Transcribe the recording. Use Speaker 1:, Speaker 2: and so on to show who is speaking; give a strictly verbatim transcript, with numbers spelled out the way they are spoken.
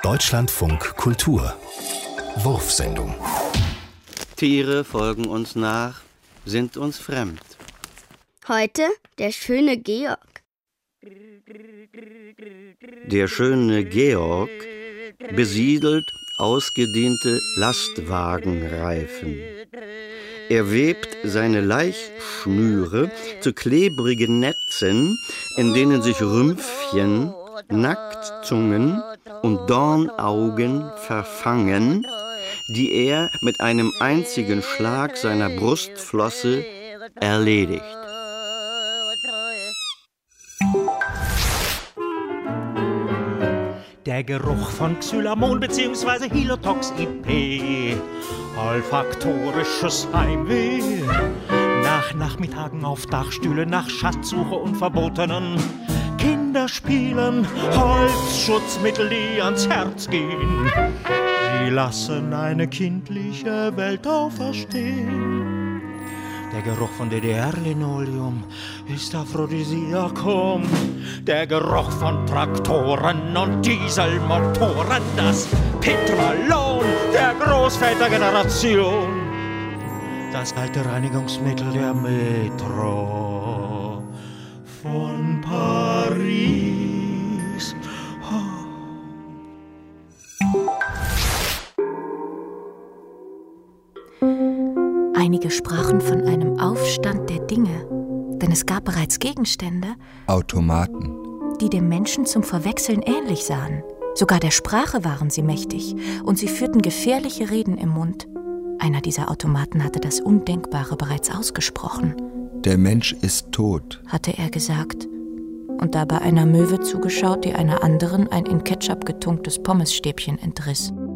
Speaker 1: Deutschlandfunk Kultur Wurfsendung.
Speaker 2: Tiere folgen uns nach, sind uns fremd.
Speaker 3: Heute der schöne Georg.
Speaker 2: Der schöne Georg besiedelt ausgedehnte Lastwagenreifen. Er webt seine Laichschnüre zu klebrigen Netzen, in denen sich Rümpfchen, Nacktzungen und Dornaugen verfangen, die er mit einem einzigen Schlag seiner Brustflosse erledigt.
Speaker 4: Der Geruch von Xylamon bzw. Hilotox I P, olfaktorisches Heimweh. Nach Nachmittagen auf Dachstühlen, nach Schatzsuche und verbotenen Kinderspielen, Holzschutzmittel, die ans Herz gehen. Sie lassen eine kindliche Welt auferstehen. Der Geruch von D D R-Linoleum ist Aphrodisiakum. Der Geruch von Traktoren und Dieselmotoren, das Petrolon der Großvätergeneration. Das alte Reinigungsmittel der Metro von Paris. Oh.
Speaker 5: Einige sprachen von einem Aufstand der Dinge, denn es gab bereits Gegenstände,
Speaker 6: Automaten,
Speaker 5: die dem Menschen zum Verwechseln ähnlich sahen. Sogar der Sprache waren sie mächtig und sie führten gefährliche Reden im Mund. Einer dieser Automaten hatte das Undenkbare bereits ausgesprochen.
Speaker 6: Der Mensch ist tot,
Speaker 5: hatte er gesagt und dabei einer Möwe zugeschaut, die einer anderen ein in Ketchup getunktes Pommesstäbchen entriss.